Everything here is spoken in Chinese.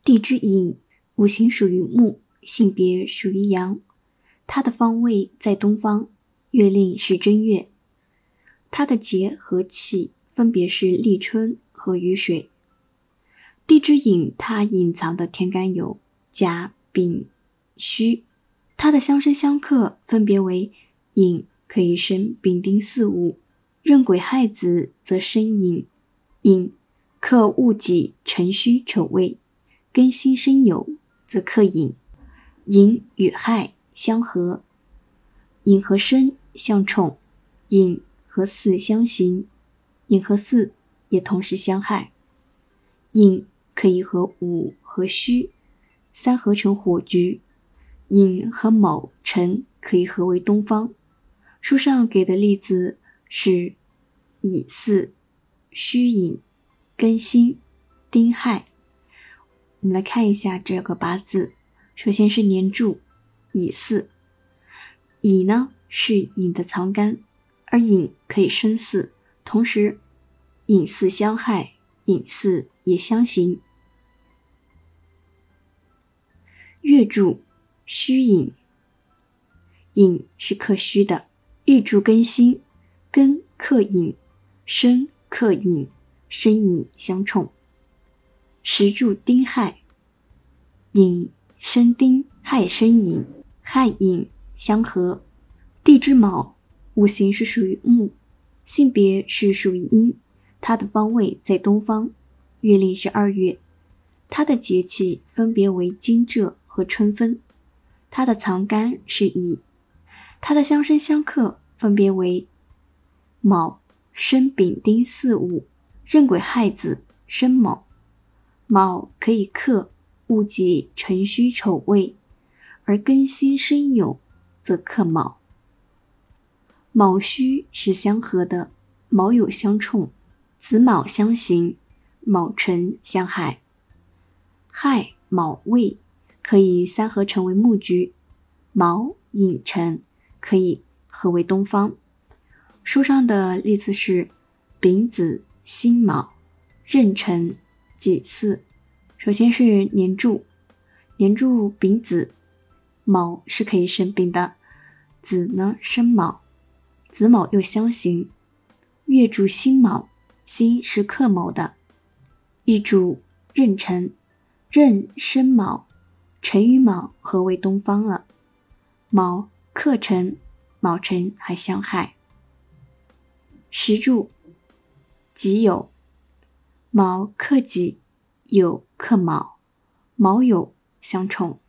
地支寅，五行属于木，性别属于阳，它的方位在东方，月令是正月，它的节和气分别是立春和雨水。地支寅它隐藏的天干有甲、丙、戌，它的相生相克分别为寅可以生丙丁巳午，壬癸亥子则生寅，寅克戊己辰戌丑未，庚辛申酉则克寅。寅与亥相合，寅和申相冲，寅和巳相刑，寅和巳也同时相害。寅可以和午和戌三合成火局，寅和卯辰可以合为东方。书上给的例子是乙巳、戌寅、庚辛、丁亥。我们来看一下这个八字，首先是年柱乙巳，乙呢是寅的藏干，而寅可以生巳，同时寅巳相害，寅巳也相刑。月柱戌寅，寅是克戌的，日柱庚辛，庚克寅，申克寅，申寅相冲。时柱丁亥，寅生丁，亥生寅，亥寅相合。地支卯，五行是属于木，性别是属于阴，它的方位在东方，月令是2月，它的节气分别为惊蛰和春分，它的藏干是乙，它的相生相克分别为卯生丙丁巳午，壬癸亥子生卯，卯可以克戊己辰戌丑未，而庚辛申酉则克卯。卯戌是相合的，卯酉相冲，子卯相刑，卯辰相害。亥卯未可以三合成为木局，卯寅辰可以合为东方。书上的例子是丙子、辛卯、壬辰、己巳。首先是年柱，年柱丙子，卯是可以生丙的，子呢生卯，子卯又相刑。月柱辛卯，辛是克卯的，日柱壬辰，壬生卯，辰与卯合为东方了，卯克辰，卯辰还相害。时柱己酉，卯克己，酉克卯，卯酉相冲。